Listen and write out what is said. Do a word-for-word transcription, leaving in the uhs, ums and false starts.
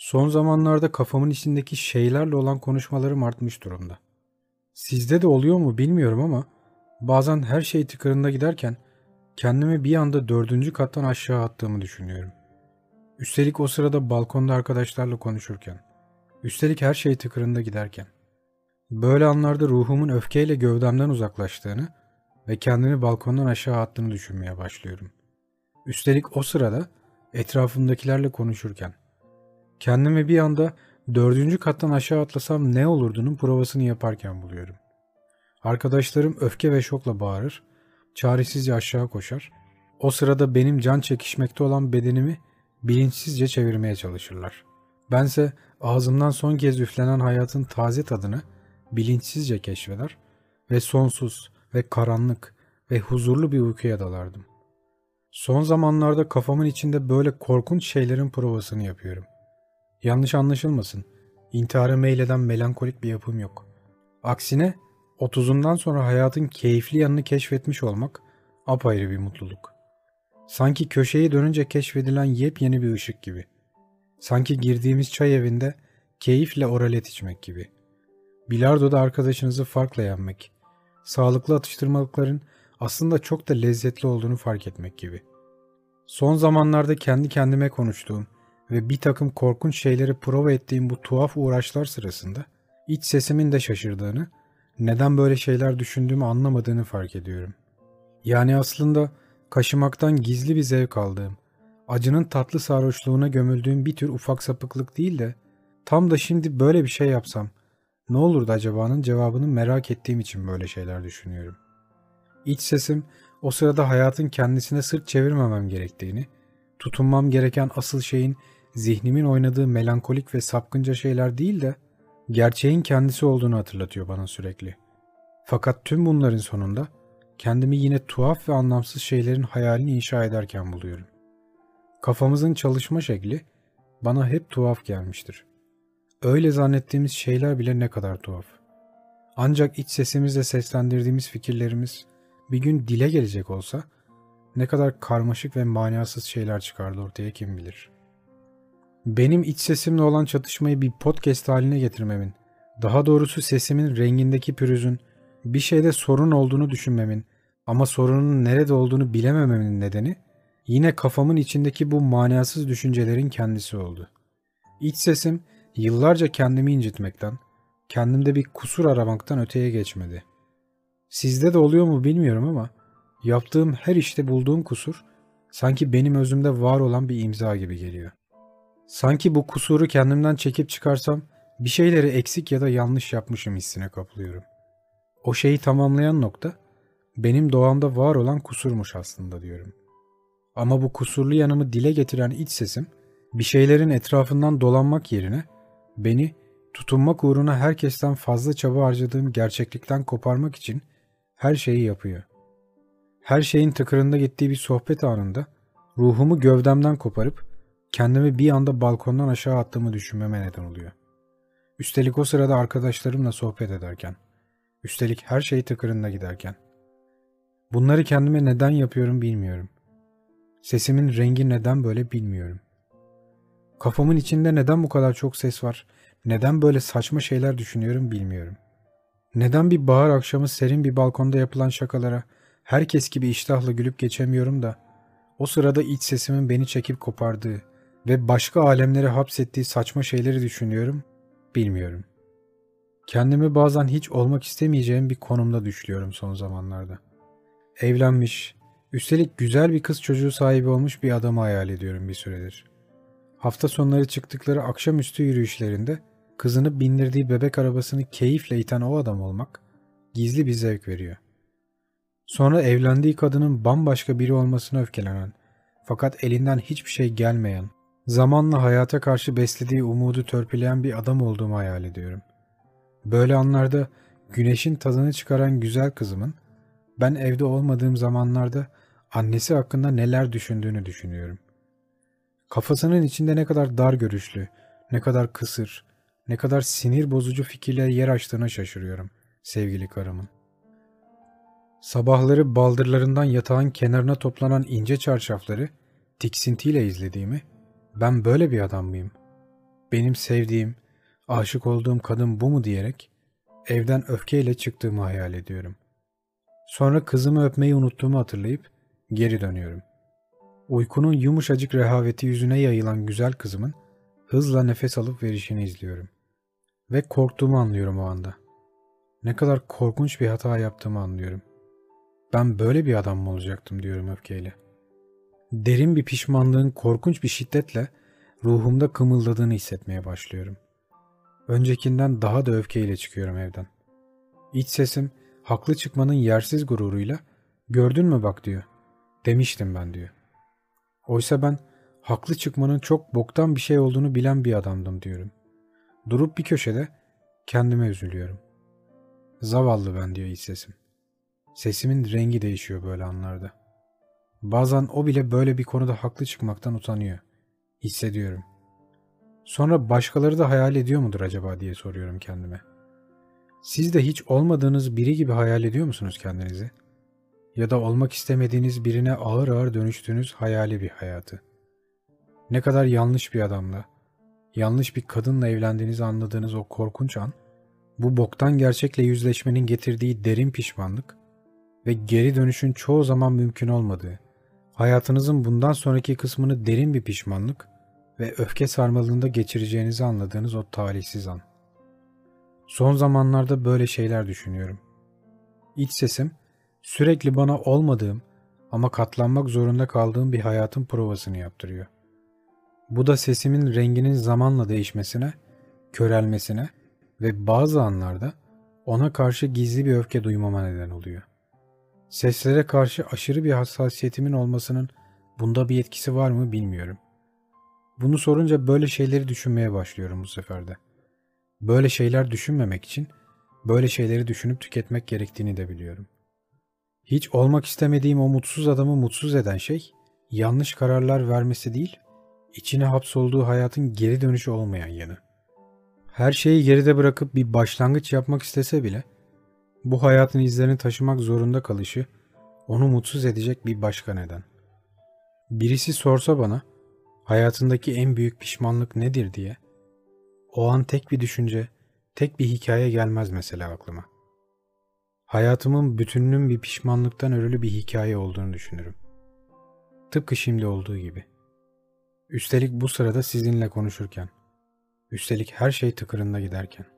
Son zamanlarda kafamın içindeki şeylerle olan konuşmalarım artmış durumda. Sizde de oluyor mu bilmiyorum ama bazen her şey tıkırında giderken kendimi bir anda dördüncü kattan aşağı attığımı düşünüyorum. Üstelik o sırada balkonda arkadaşlarla konuşurken. Üstelik her şey tıkırında giderken. Böyle anlarda ruhumun öfkeyle gövdemden uzaklaştığını ve kendimi balkondan aşağı attığını düşünmeye başlıyorum. Üstelik o sırada etrafımdakilerle konuşurken. Kendimi bir anda dördüncü kattan aşağı atlasam ne olurdu'nun provasını yaparken buluyorum. Arkadaşlarım öfke ve şokla bağırır, çaresizce aşağı koşar. O sırada benim can çekişmekte olan bedenimi bilinçsizce çevirmeye çalışırlar. Bense ağzımdan son kez üflenen hayatın taze tadını bilinçsizce keşfeder ve sonsuz ve karanlık ve huzurlu bir uykuya dalardım. Son zamanlarda kafamın içinde böyle korkunç şeylerin provasını yapıyorum. Yanlış anlaşılmasın, intihara meyleden melankolik bir yapım yok. Aksine otuzundan sonra hayatın keyifli yanını keşfetmiş olmak apayrı bir mutluluk. Sanki köşeyi dönünce keşfedilen yepyeni bir ışık gibi. Sanki girdiğimiz çay evinde keyifle oralet içmek gibi. Bilardoda arkadaşınızı farkla yenmek. Sağlıklı atıştırmalıkların aslında çok da lezzetli olduğunu fark etmek gibi. Son zamanlarda kendi kendime konuştuğum ve bir takım korkunç şeyleri prova ettiğim bu tuhaf uğraşlar sırasında iç sesimin de şaşırdığını, neden böyle şeyler düşündüğümü anlamadığını fark ediyorum. Yani aslında kaşımaktan gizli bir zevk aldığım, acının tatlı sarhoşluğuna gömüldüğüm bir tür ufak sapıklık değil de tam da şimdi böyle bir şey yapsam ne olurdu acaba'nın cevabını merak ettiğim için böyle şeyler düşünüyorum. İç sesim o sırada hayatın kendisine sırt çevirmemem gerektiğini, tutunmam gereken asıl şeyin zihnimin oynadığı melankolik ve sapkınca şeyler değil de gerçeğin kendisi olduğunu hatırlatıyor bana sürekli. Fakat tüm bunların sonunda kendimi yine tuhaf ve anlamsız şeylerin hayalini inşa ederken buluyorum. Kafamızın çalışma şekli bana hep tuhaf gelmiştir. Öyle zannettiğimiz şeyler bile ne kadar tuhaf. Ancak iç sesimizle seslendirdiğimiz fikirlerimiz bir gün dile gelecek olsa ne kadar karmaşık ve manasız şeyler çıkardı ortaya kim bilir. Benim iç sesimle olan çatışmayı bir podcast haline getirmemin, daha doğrusu sesimin rengindeki pürüzün bir şeyde sorun olduğunu düşünmemin ama sorunun nerede olduğunu bilemememin nedeni yine kafamın içindeki bu manasız düşüncelerin kendisi oldu. İç sesim yıllarca kendimi incitmekten, kendimde bir kusur aramaktan öteye geçmedi. Sizde de oluyor mu bilmiyorum ama yaptığım her işte bulduğum kusur sanki benim özümde var olan bir imza gibi geliyor. Sanki bu kusuru kendimden çekip çıkarsam bir şeyleri eksik ya da yanlış yapmışım hissine kapılıyorum. O şeyi tamamlayan nokta benim doğamda var olan kusurmuş aslında diyorum. Ama bu kusurlu yanımı dile getiren iç sesim bir şeylerin etrafından dolanmak yerine beni tutunmak uğruna herkesten fazla çaba harcadığım gerçeklikten koparmak için her şeyi yapıyor. Her şeyin tıkırında gittiği bir sohbet anında ruhumu gövdemden koparıp kendimi bir anda balkondan aşağı attığımı düşünmeme neden oluyor. Üstelik o sırada arkadaşlarımla sohbet ederken, üstelik her şey tıkırında giderken. Bunları kendime neden yapıyorum bilmiyorum. Sesimin rengi neden böyle bilmiyorum. Kafamın içinde neden bu kadar çok ses var, neden böyle saçma şeyler düşünüyorum bilmiyorum. Neden bir bahar akşamı serin bir balkonda yapılan şakalara herkes gibi iştahla gülüp geçemiyorum da o sırada iç sesimin beni çekip kopardığı ve başka alemlere hapsettiği saçma şeyleri düşünüyorum, bilmiyorum. Kendimi bazen hiç olmak istemeyeceğim bir konumda düşlüyorum son zamanlarda. Evlenmiş, üstelik güzel bir kız çocuğu sahibi olmuş bir adamı hayal ediyorum bir süredir. Hafta sonları çıktıkları akşamüstü yürüyüşlerinde kızını bindirdiği bebek arabasını keyifle iten o adam olmak gizli bir zevk veriyor. Sonra evlendiği kadının bambaşka biri olmasına öfkelenen, fakat elinden hiçbir şey gelmeyen, zamanla hayata karşı beslediği umudu törpüleyen bir adam olduğumu hayal ediyorum. Böyle anlarda güneşin tadını çıkaran güzel kızımın, ben evde olmadığım zamanlarda annesi hakkında neler düşündüğünü düşünüyorum. Kafasının içinde ne kadar dar görüşlü, ne kadar kısır, ne kadar sinir bozucu fikirler yer açtığına şaşırıyorum sevgili karımın. Sabahları baldırlarından yatağın kenarına toplanan ince çarşafları tiksintiyle izlediğimi, ben böyle bir adam mıyım? benim sevdiğim, aşık olduğum kadın bu mu diyerek evden öfkeyle çıktığımı hayal ediyorum. Sonra kızımı öpmeyi unuttuğumu hatırlayıp geri dönüyorum. Uykunun yumuşacık rehaveti yüzüne yayılan güzel kızımın hızla nefes alıp verişini izliyorum. Ve korktuğumu anlıyorum o anda. Ne kadar korkunç bir hata yaptığımı anlıyorum. Ben böyle bir adam mı olacaktım diyorum öfkeyle. Derin bir pişmanlığın korkunç bir şiddetle ruhumda kımıldadığını hissetmeye başlıyorum. Öncekinden daha da öfkeyle çıkıyorum evden. İç sesim haklı çıkmanın yersiz gururuyla "Gördün mü bak" diyor. "Demiştim ben" diyor. Oysa ben haklı çıkmanın çok boktan bir şey olduğunu bilen bir adamdım diyorum. Durup bir köşede kendime üzülüyorum. Zavallı ben diyor iç sesim. Sesimin rengi değişiyor böyle anlarda. Bazen o bile böyle bir konuda haklı çıkmaktan utanıyor. Hissediyorum. Sonra başkaları da hayal ediyor mudur acaba diye soruyorum kendime. Siz de hiç olmadığınız biri gibi hayal ediyor musunuz kendinizi? Ya da olmak istemediğiniz birine ağır ağır dönüştüğünüz hayali bir hayatı. Ne kadar yanlış bir adamla, yanlış bir kadınla evlendiğinizi anladığınız o korkunç an, bu boktan gerçekle yüzleşmenin getirdiği derin pişmanlık ve geri dönüşün çoğu zaman mümkün olmadığı, hayatınızın bundan sonraki kısmını derin bir pişmanlık ve öfke sarmalında geçireceğinizi anladığınız o talihsiz an. Son zamanlarda böyle şeyler düşünüyorum. İç sesim sürekli bana olmadığım ama katlanmak zorunda kaldığım bir hayatın provasını yaptırıyor. Bu da sesimin renginin zamanla değişmesine, körelmesine ve bazı anlarda ona karşı gizli bir öfke duymama neden oluyor. Seslere karşı aşırı bir hassasiyetimin olmasının bunda bir etkisi var mı bilmiyorum. Bunu sorunca böyle şeyleri düşünmeye başlıyorum bu sefer de. Böyle şeyler düşünmemek için böyle şeyleri düşünüp tüketmek gerektiğini de biliyorum. Hiç olmak istemediğim o mutsuz adamı mutsuz eden şey yanlış kararlar vermesi değil, içine hapsolduğu hayatın geri dönüşü olmayan yanı. Her şeyi geride bırakıp bir başlangıç yapmak istese bile bu hayatın izlerini taşımak zorunda kalışı onu mutsuz edecek bir başka neden. Birisi sorsa bana hayatındaki en büyük pişmanlık nedir diye, o an tek bir düşünce, tek bir hikaye gelmez mesela aklıma. Hayatımın bütününün bir pişmanlıktan örülü bir hikaye olduğunu düşünürüm. Tıpkı şimdi olduğu gibi. Üstelik bu sırada sizinle konuşurken. Üstelik her şey tıkırında giderken.